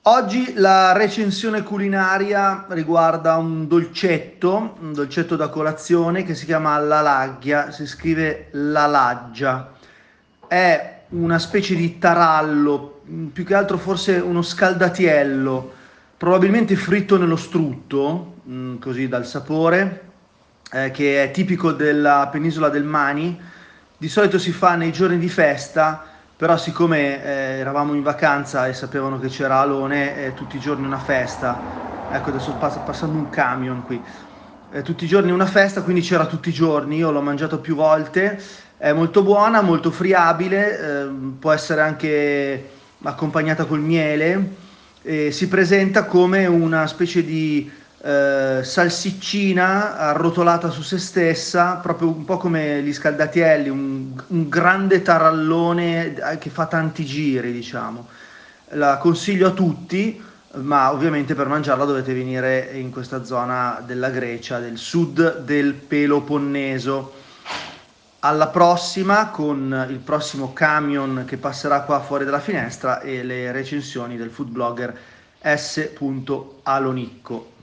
Oggi la recensione culinaria riguarda un dolcetto da colazione che si chiama la laggia, si scrive la laggia. È una specie di tarallo, più che altro forse uno scaldatiello, probabilmente fritto nello strutto, così dal sapore, che è tipico della penisola del Mani. Di solito si fa nei giorni di festa, però siccome eravamo in vacanza e sapevano che c'era Alone, tutti i giorni una festa. Ecco, adesso passa passando un camion qui. Tutti i giorni una festa, quindi c'era tutti i giorni. Io l'ho mangiato più volte. È molto buona, molto friabile, può essere anche accompagnata col miele. E si presenta come una specie di salsiccina arrotolata su se stessa, proprio un po' come gli scaldatielli, un grande tarallone che fa tanti giri, diciamo. La consiglio a tutti, ma ovviamente per mangiarla dovete venire in questa zona della Grecia, del sud del Peloponneso. Alla prossima con il prossimo camion che passerà qua fuori dalla finestra e le recensioni del food blogger S. Alonicco.